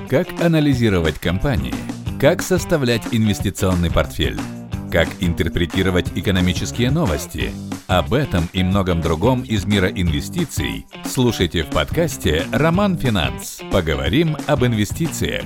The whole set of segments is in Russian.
Как анализировать компании? Как составлять инвестиционный портфель? Как интерпретировать экономические новости? Об этом и многом другом из мира инвестиций слушайте в подкасте «Роман Финанс». Поговорим об инвестициях.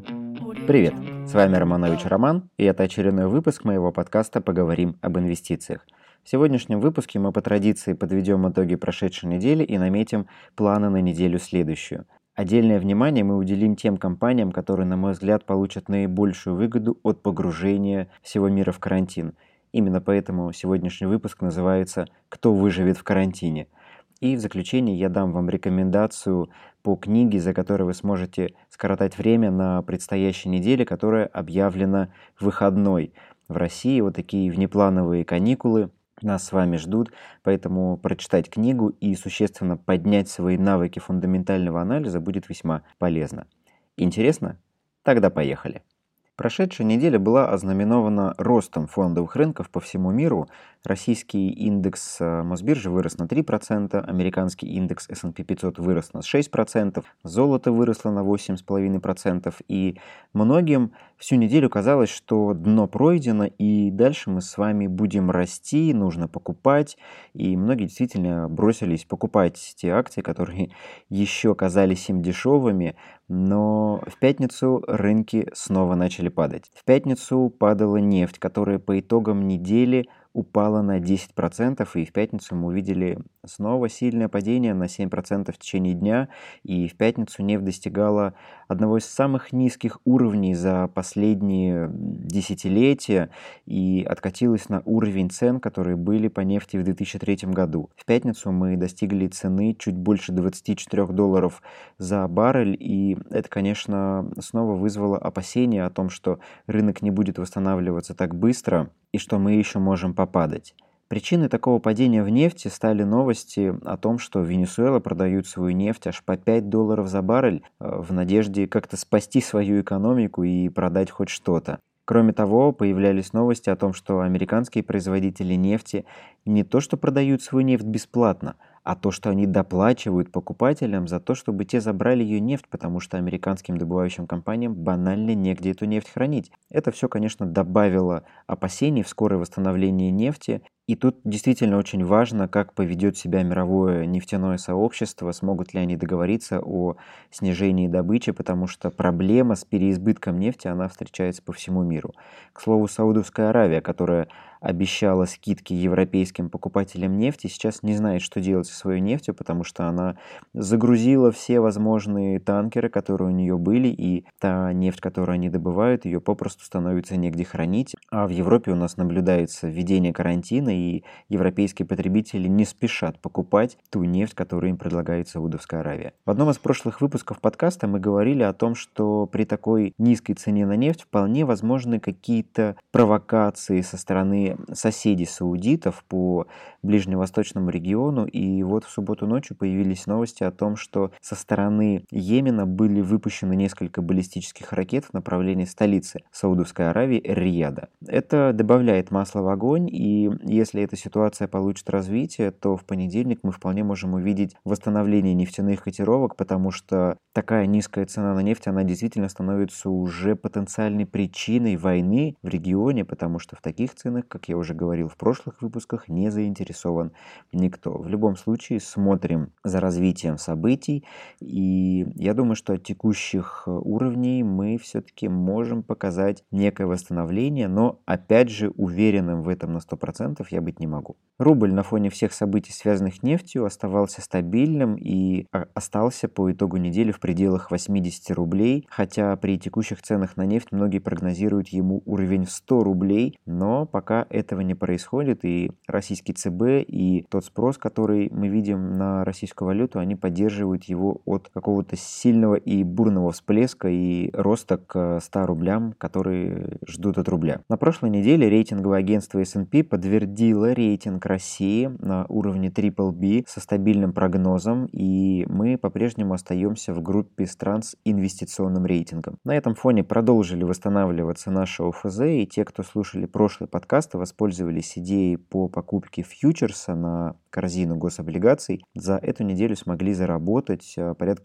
Привет, с вами Романович Роман, и это очередной выпуск моего подкаста «Поговорим об инвестициях». В сегодняшнем выпуске мы по традиции подведем итоги прошедшей недели и наметим планы на неделю следующую. Отдельное внимание мы уделим тем компаниям, которые, на мой взгляд, получат наибольшую выгоду от погружения всего мира в карантин. Именно поэтому сегодняшний выпуск называется «Кто выживет в карантине?». И в заключение я дам вам рекомендацию по книге, за которой вы сможете скоротать время на предстоящей неделе, которая объявлена выходной. В России вот такие внеплановые каникулы нас с вами ждут, поэтому прочитать книгу и существенно поднять свои навыки фундаментального анализа будет весьма полезно. Интересно? Тогда поехали. Прошедшая неделя была ознаменована ростом фондовых рынков по всему миру. Российский индекс Мосбиржи вырос на 3%, американский индекс S&P 500 вырос на 6%, золото выросло на 8,5%, и многим всю неделю казалось, что дно пройдено, и дальше мы с вами будем расти, нужно покупать, и многие действительно бросились покупать те акции, которые еще казались им дешевыми, но в пятницу рынки снова начали падать. В пятницу падала нефть, которая по итогам недели упала на 10%, и в пятницу мы увидели снова сильное падение на 7% в течение дня, и в пятницу нефть достигала одного из самых низких уровней за последние десятилетия и откатилась на уровень цен, которые были по нефти в 2003 году. В пятницу мы достигли цены чуть больше $24 за баррель, и это, конечно, снова вызвало опасения о том, что рынок не будет восстанавливаться так быстро, и что мы еще можем попадать. Причиной такого падения в нефти стали новости о том, что Венесуэла продают свою нефть аж по $5 за баррель в надежде как-то спасти свою экономику и продать хоть что-то. Кроме того, появлялись новости о том, что американские производители нефти не то что продают свою нефть бесплатно, а то, что они доплачивают покупателям за то, чтобы те забрали ее нефть, потому что американским добывающим компаниям банально негде эту нефть хранить. Это все, конечно, добавило опасений в скорое восстановление нефти. И тут действительно очень важно, как поведет себя мировое нефтяное сообщество, смогут ли они договориться о снижении добычи, потому что проблема с переизбытком нефти, она встречается по всему миру. К слову, Саудовская Аравия, которая обещала скидки европейским покупателям нефти, сейчас не знает, что делать со своей нефтью, потому что она загрузила все возможные танкеры, которые у нее были, и та нефть, которую они добывают, ее попросту становится негде хранить. А в Европе у нас наблюдается введение карантина, и европейские потребители не спешат покупать ту нефть, которую им предлагает Саудовская Аравия. В одном из прошлых выпусков подкаста мы говорили о том, что при такой низкой цене на нефть вполне возможны какие-то провокации со стороны соседей саудитов по ближневосточному региону, и вот в субботу ночью появились новости о том, что со стороны Йемена были выпущены несколько баллистических ракет в направлении столицы Саудовской Аравии Рияда. Это добавляет масла в огонь, и если эта ситуация получит развитие, то в понедельник мы вполне можем увидеть восстановление нефтяных котировок, потому что такая низкая цена на нефть, она действительно становится уже потенциальной причиной войны в регионе, потому что в таких ценах, как я уже говорил в прошлых выпусках, не заинтересован никто. В любом случае смотрим за развитием событий, и я думаю, что от текущих уровней мы все-таки можем показать некое восстановление, но опять же уверенным в этом на 100% я быть не могу. Рубль на фоне всех событий, связанных с нефтью, оставался стабильным и остался по итогу недели в пределах 80 рублей, хотя при текущих ценах на нефть многие прогнозируют ему уровень в 100 рублей, но пока этого не происходит, и российский ЦБ и тот спрос, который мы видим на российскую валюту, они поддерживают его от какого-то сильного и бурного всплеска и роста к 100 рублям, которые ждут от рубля. На прошлой неделе рейтинговое агентство S&P подтвердило рейтинг России на уровне BBB со стабильным прогнозом, и мы по-прежнему остаемся в группе стран с инвестиционным рейтингом. На этом фоне продолжили восстанавливаться наши ОФЗ, и те, кто слушали прошлый подкаст, воспользовались идеей по покупке фьючерса на корзину гособлигаций, за эту неделю смогли заработать порядка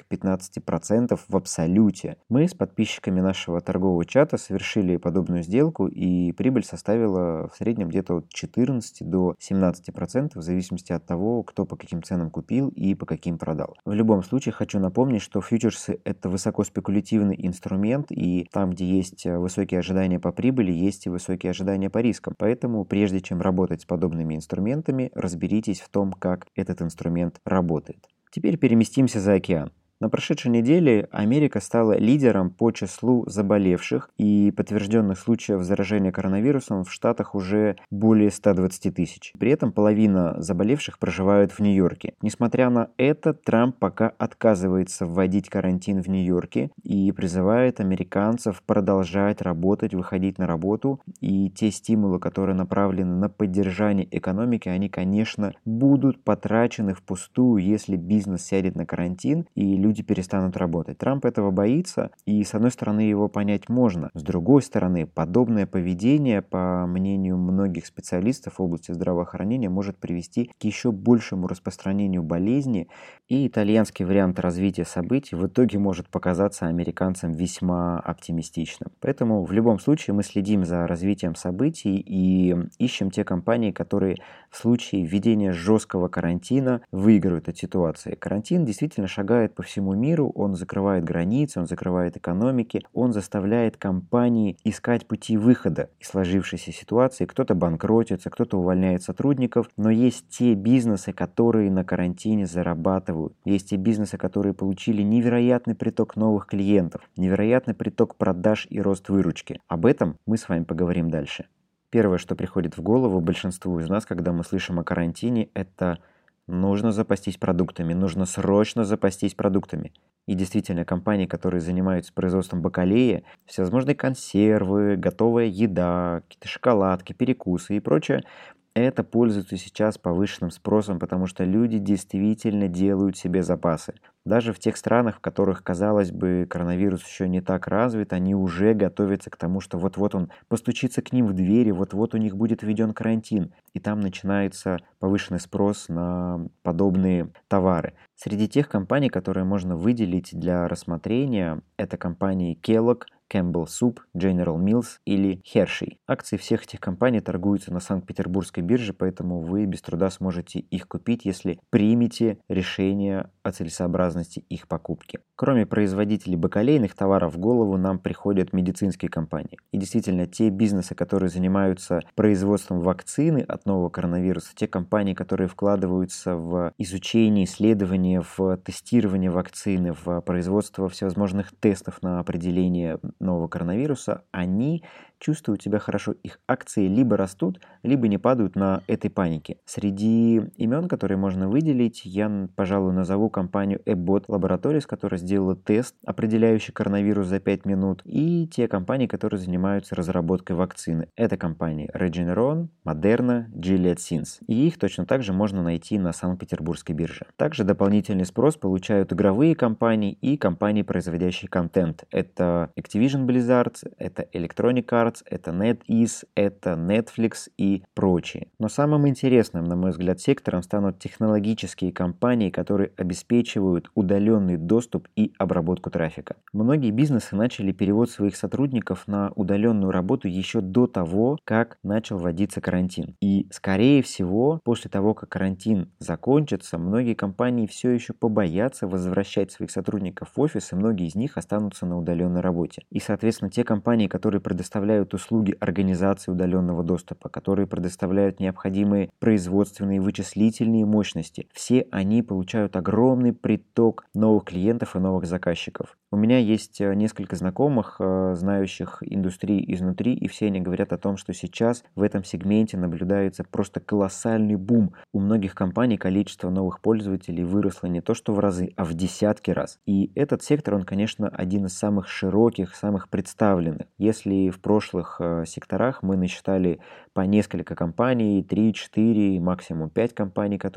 15% в абсолюте. Мы с подписчиками нашего торгового чата совершили подобную сделку, и прибыль составила в среднем где-то от 14 до 17%, в зависимости от того, кто по каким ценам купил и по каким продал. В любом случае хочу напомнить, что фьючерсы — это высокоспекулятивный инструмент, и там, где есть высокие ожидания по прибыли, есть и высокие ожидания по рискам. Поэтому, прежде чем работать с подобными инструментами, разберитесь в том, как этот инструмент работает. Теперь переместимся за океан. На прошедшей неделе Америка стала лидером по числу заболевших, и подтвержденных случаев заражения коронавирусом в Штатах уже более 120 тысяч. При этом половина заболевших проживают в Нью-Йорке. Несмотря на это, Трамп пока отказывается вводить карантин в Нью-Йорке и призывает американцев продолжать работать, выходить на работу. И те стимулы, которые направлены на поддержание экономики, они, конечно, будут потрачены впустую, если бизнес сядет на карантин и люди перестанут работать. Трамп этого боится, и с одной стороны его понять можно. С другой стороны, подобное поведение, по мнению многих специалистов в области здравоохранения, может привести к еще большему распространению болезни, и итальянский вариант развития событий в итоге может показаться американцам весьма оптимистичным. Поэтому в любом случае мы следим за развитием событий и ищем те компании, которые в случае введения жесткого карантина выиграют от ситуации. Карантин действительно шагает по всему миру, он закрывает границы, он закрывает экономики, он заставляет компании искать пути выхода из сложившейся ситуации. Кто-то банкротится, кто-то увольняет сотрудников, но есть те бизнесы, которые на карантине зарабатывают. Есть те бизнесы, которые получили невероятный приток новых клиентов, невероятный приток продаж и рост выручки. Об этом мы с вами поговорим дальше. Первое, что приходит в голову большинству из нас, когда мы слышим о карантине, это: нужно запастись продуктами, нужно срочно запастись продуктами. И действительно, компании, которые занимаются производством бакалеи, всевозможные консервы, готовая еда, какие-то шоколадки, перекусы и прочее, это пользуется сейчас повышенным спросом, потому что люди действительно делают себе запасы. Даже в тех странах, в которых, казалось бы, коронавирус еще не так развит, они уже готовятся к тому, что вот-вот он постучится к ним в двери, вот-вот у них будет введен карантин. И там начинается повышенный спрос на подобные товары. Среди тех компаний, которые можно выделить для рассмотрения, это компании Kellogg, Campbell Soup, General Mills или Hershey. Акции всех этих компаний торгуются на Санкт-Петербургской бирже, поэтому вы без труда сможете их купить, если примете решение о целесообразности их покупки. Кроме производителей бакалейных товаров, в голову нам приходят медицинские компании. И действительно, те бизнесы, которые занимаются производством вакцины от нового коронавируса, те компании, которые вкладываются в изучение, исследование, в тестирование вакцины, в производство всевозможных тестов на определение нового коронавируса, они чувствуют себя хорошо. Их акции либо растут, либо не падают на этой панике. Среди имен, которые можно выделить, я, пожалуй, назову компанию Abbott Laboratories, которая сделала тест, определяющий коронавирус за 5 минут, и те компании, которые занимаются разработкой вакцины. Это компании Regeneron, Moderna, Gilead Sciences. И их точно так же можно найти на Санкт-Петербургской бирже. Также дополнительный спрос получают игровые компании и компании, производящие контент. Это Activision Blizzard, это Electronic Arts, это NetEase, это Netflix и прочие. Но самым интересным, на мой взгляд, сектором станут технологические компании, которые обеспечивают удаленный доступ и обработку трафика. Многие бизнесы начали перевод своих сотрудников на удаленную работу еще до того, как начал вводиться карантин. И, скорее всего, после того, как карантин закончится, многие компании все еще побоятся возвращать своих сотрудников в офис, и многие из них останутся на удаленной работе. И, соответственно, те компании, которые предоставляют услуги организации удаленного доступа, которые предоставляют необходимые производственные и вычислительные мощности, все они получают огромный приток новых клиентов и новых заказчиков. У меня есть несколько знакомых, знающих индустрии изнутри, и все они говорят о том, что сейчас в этом сегменте наблюдается просто колоссальный бум. У многих компаний количество новых пользователей выросло не то что в разы, а в десятки раз. И этот сектор, он, конечно, один из самых широких, самых представленных. Если в прошлых секторах мы насчитали по несколько компаний, 3, 4, максимум 5 компаний, которые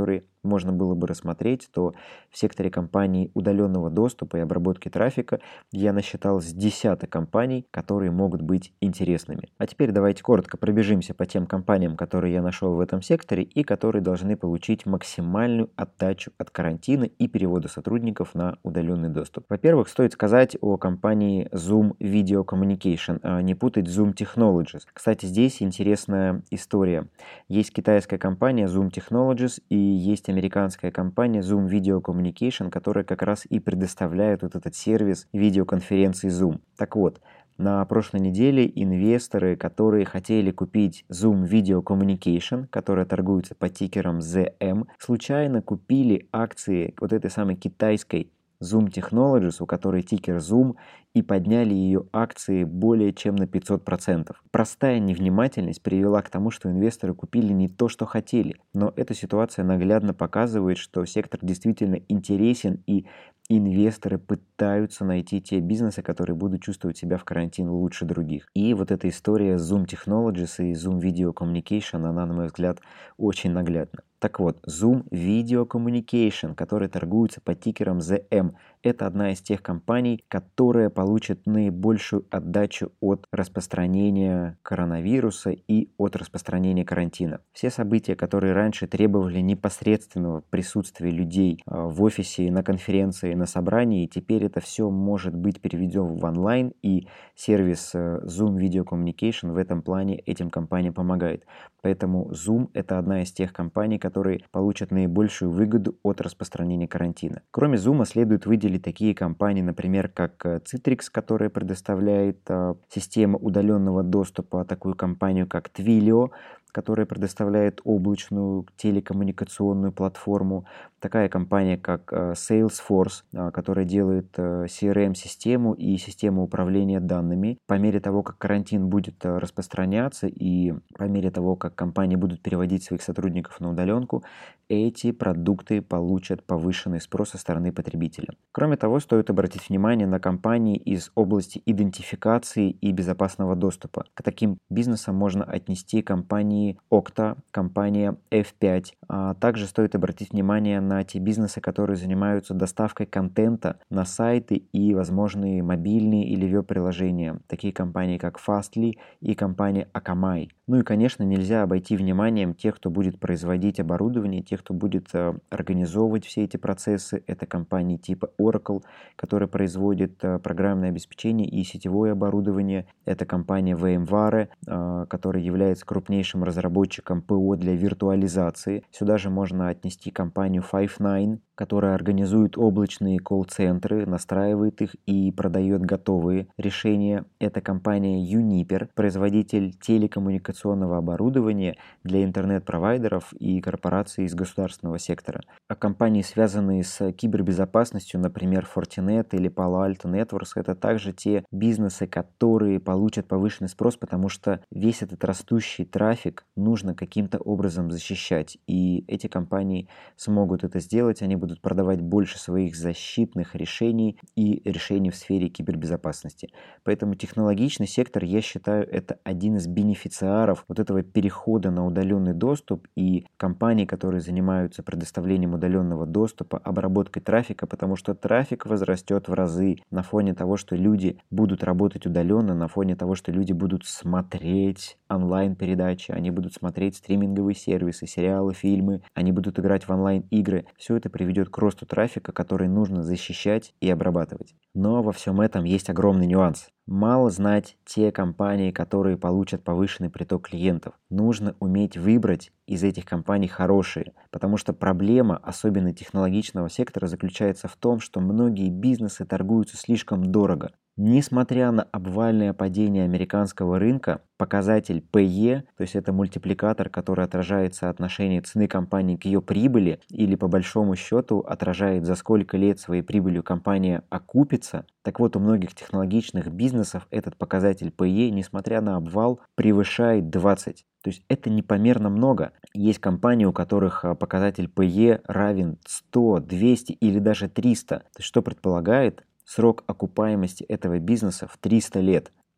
можно было бы рассмотреть, то в секторе компаний удаленного доступа и обработки трафика я насчитал с десяток компаний, которые могут быть интересными. А теперь давайте коротко пробежимся по тем компаниям, которые я нашел в этом секторе и которые должны получить максимальную отдачу от карантина и перевода сотрудников на удаленный доступ. Во-первых, стоит сказать о компании Zoom Video Communication, а не путать Zoom Technologies. Кстати, здесь интересная история. Есть китайская компания Zoom Technologies и есть американская компания Zoom Video Communication, которая как раз и предоставляет вот этот сервис видеоконференции Zoom. Так вот, на прошлой неделе инвесторы, которые хотели купить Zoom Video Communication, которая торгуется под тикером ZM, случайно купили акции вот этой самой китайской Zoom Technologies, у которой тикер Zoom, и подняли ее акции более чем на 500%. Простая невнимательность привела к тому, что инвесторы купили не то, что хотели. Но эта ситуация наглядно показывает, что сектор действительно интересен, и инвесторы пытаются найти те бизнесы, которые будут чувствовать себя в карантин лучше других. И вот эта история Zoom Technologies и Zoom Video Communication, она, на мой взгляд, очень наглядна. Так вот, Zoom Video Communication, который торгуется под тикером ZM, это одна из тех компаний, которая получит наибольшую отдачу от распространения коронавируса и от распространения карантина. Все события, которые раньше требовали непосредственного присутствия людей в офисе, на конференции, на собрании, теперь это все может быть переведено в онлайн, и сервис Zoom Video Communication в этом плане этим компаниям помогает. Поэтому Zoom — это одна из тех компаний, которые получат наибольшую выгоду от распространения карантина. Кроме Zoom следует выделить такие компании, например, как Citrix, которая предоставляет систему удаленного доступа, такую компанию, как Twilio, которая предоставляет облачную телекоммуникационную платформу, такая компания, как Salesforce, которая делает CRM-систему и систему управления данными. По мере того, как карантин будет распространяться и по мере того, как компании будут переводить своих сотрудников на удаленку, эти продукты получат повышенный спрос со стороны потребителя. Кроме того, стоит обратить внимание на компании из области идентификации и безопасного доступа. К таким бизнесам можно отнести компании Okta, компания F5. Также стоит обратить внимание на те бизнесы, которые занимаются доставкой контента на сайты и возможные мобильные или веб-приложения, такие компании, как Fastly и компания Akamai. Ну и, конечно, нельзя обойти вниманием тех, кто будет производить оборудование, тех, кто будет организовывать все эти процессы. Это компании типа Oracle, которая производит программное обеспечение и сетевое оборудование. Это компания VMware, которая является крупнейшим разработчиком ПО для виртуализации. Сюда же можно отнести компанию Five9, которая организует облачные колл-центры, настраивает их и продает готовые решения. Это компания Uniper, производитель телекоммуникационного оборудования для интернет-провайдеров и корпораций из государственного сектора. А компании, связанные с кибербезопасностью, например, Fortinet или Palo Alto Networks, это также те бизнесы, которые получат повышенный спрос, потому что весь этот растущий трафик нужно каким-то образом защищать. И эти компании смогут это сделать, они будут продавать больше своих защитных решений и решений в сфере кибербезопасности. Поэтому технологичный сектор, я считаю, это один из бенефициаров вот этого перехода на удаленный доступ, и компании, которые занимаются предоставлением удаленного доступа, обработкой трафика, потому что трафик возрастет в разы на фоне того, что люди будут работать удаленно, на фоне того, что люди будут смотреть онлайн-передачи, они будут смотреть стриминговые сервисы, сериалы, фильмы, они будут играть в онлайн-игры. Все это приведет к росту трафика, который нужно защищать и обрабатывать. Но во всем этом есть огромный нюанс. Мало знать те компании, которые получат повышенный приток клиентов. Нужно уметь выбрать из этих компаний хорошие, потому что проблема, особенно технологичного сектора, заключается в том, что многие бизнесы торгуются слишком дорого. Несмотря на обвальное падение американского рынка, показатель PE, то есть это мультипликатор, который отражает соотношение цены компании к ее прибыли, или по большому счету отражает, за сколько лет своей прибылью компания окупится. Так вот, у многих технологичных бизнесов этот показатель PE, несмотря на обвал, превышает 20. То есть это непомерно много. Есть компании, у которых показатель PE равен 100, 200 или даже 300. То есть что предполагает? Срок окупаемости этого бизнеса в 300 лет.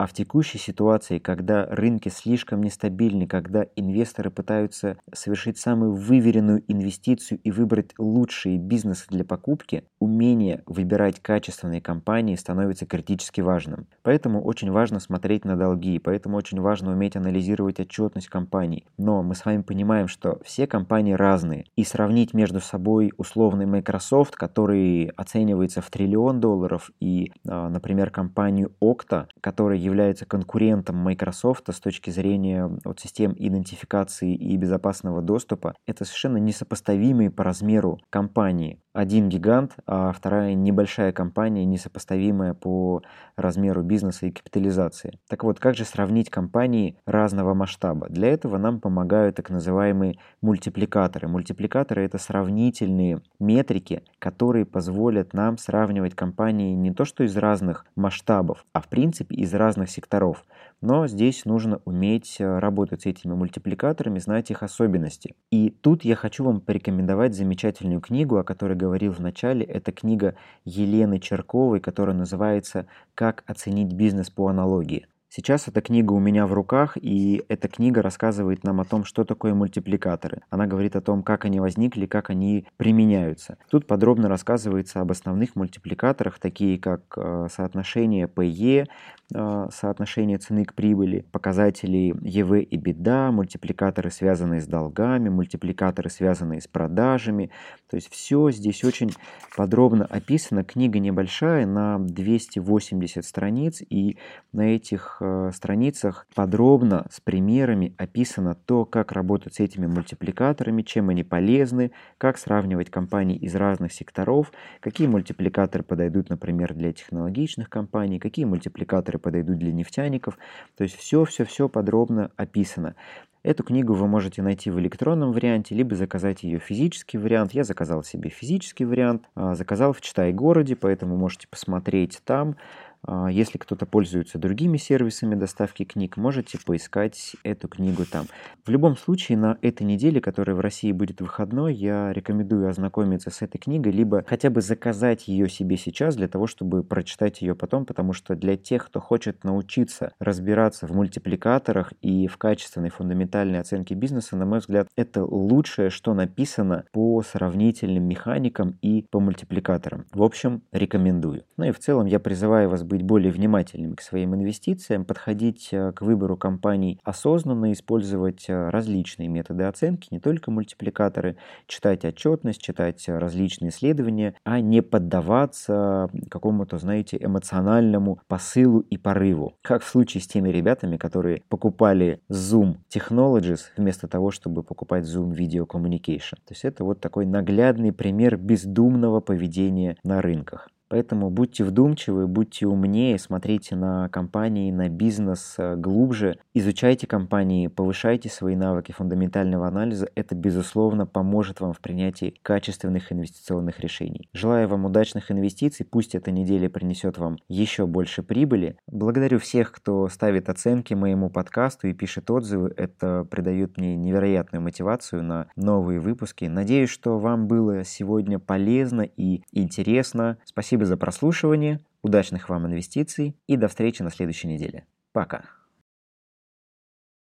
А в текущей ситуации, когда рынки слишком нестабильны, когда инвесторы пытаются совершить самую выверенную инвестицию и выбрать лучшие бизнесы для покупки, умение выбирать качественные компании становится критически важным. Поэтому очень важно смотреть на долги, поэтому очень важно уметь анализировать отчетность компаний. Но мы с вами понимаем, что все компании разные, и сравнить между собой условный Microsoft, который оценивается в $1 триллион, и, например, компанию Okta, которая является конкурентом Microsoft с точки зрения систем идентификации и безопасного доступа, это совершенно несопоставимые по размеру компании. Один гигант, а вторая небольшая компания, несопоставимая по размеру бизнеса и капитализации. Так вот, как же сравнить компании разного масштаба? Для этого нам помогают так называемые мультипликаторы. Мультипликаторы — это сравнительные метрики, которые позволят нам сравнивать компании не то что из разных масштабов, а в принципе из разных секторов. Но здесь нужно уметь работать с этими мультипликаторами, знать их особенности. И тут я хочу вам порекомендовать замечательную книгу, о которой говорил в начале. Это книга Елены Черковой, которая называется «Как оценить бизнес по аналогии». Сейчас эта книга у меня в руках, и эта книга рассказывает нам о том, что такое мультипликаторы. Она говорит о том, как они возникли, как они применяются. Тут подробно рассказывается об основных мультипликаторах, такие как соотношение PE, соотношение цены к прибыли, показатели EV и EBITDA, мультипликаторы, связанные с долгами, мультипликаторы, связанные с продажами. То есть все здесь очень подробно описано. Книга небольшая, на 280 страниц, и на этих страницах подробно с примерами описано то, как работать с этими мультипликаторами, чем они полезны, как сравнивать компании из разных секторов, какие мультипликаторы подойдут, например, для технологичных компаний, какие мультипликаторы подойдут для нефтяников. То есть все подробно описано. Эту книгу вы можете найти в электронном варианте, либо заказать ее физический вариант. Я заказал себе физический вариант, заказал в Читай-городе, поэтому можете посмотреть там. Если кто-то пользуется другими сервисами доставки книг, можете поискать эту книгу там. В любом случае, на этой неделе, которая в России будет выходной, я рекомендую ознакомиться с этой книгой, либо хотя бы заказать ее себе сейчас для того, чтобы прочитать ее потом, потому что для тех, кто хочет научиться разбираться в мультипликаторах и в качественной фундаментальной оценке бизнеса, на мой взгляд, это лучшее, что написано по сравнительным механикам и по мультипликаторам. В общем, рекомендую. Ну и в целом я призываю вас быть более внимательными к своим инвестициям, подходить к выбору компаний осознанно, использовать различные методы оценки, не только мультипликаторы, читать отчетность, читать различные исследования, а не поддаваться какому-то, знаете, эмоциональному посылу и порыву. Как в случае с теми ребятами, которые покупали Zoom Technologies вместо того, чтобы покупать Zoom Video Communication. То есть это вот такой наглядный пример бездумного поведения на рынках. Поэтому будьте вдумчивы, будьте умнее, смотрите на компании, на бизнес глубже, изучайте компании, повышайте свои навыки фундаментального анализа. Это, безусловно, поможет вам в принятии качественных инвестиционных решений. Желаю вам удачных инвестиций, пусть эта неделя принесет вам еще больше прибыли. Благодарю всех, кто ставит оценки моему подкасту и пишет отзывы. Это придает мне невероятную мотивацию на новые выпуски. Надеюсь, что вам было сегодня полезно и интересно. Спасибо за прослушивание, удачных вам инвестиций и до встречи на следующей неделе. Пока!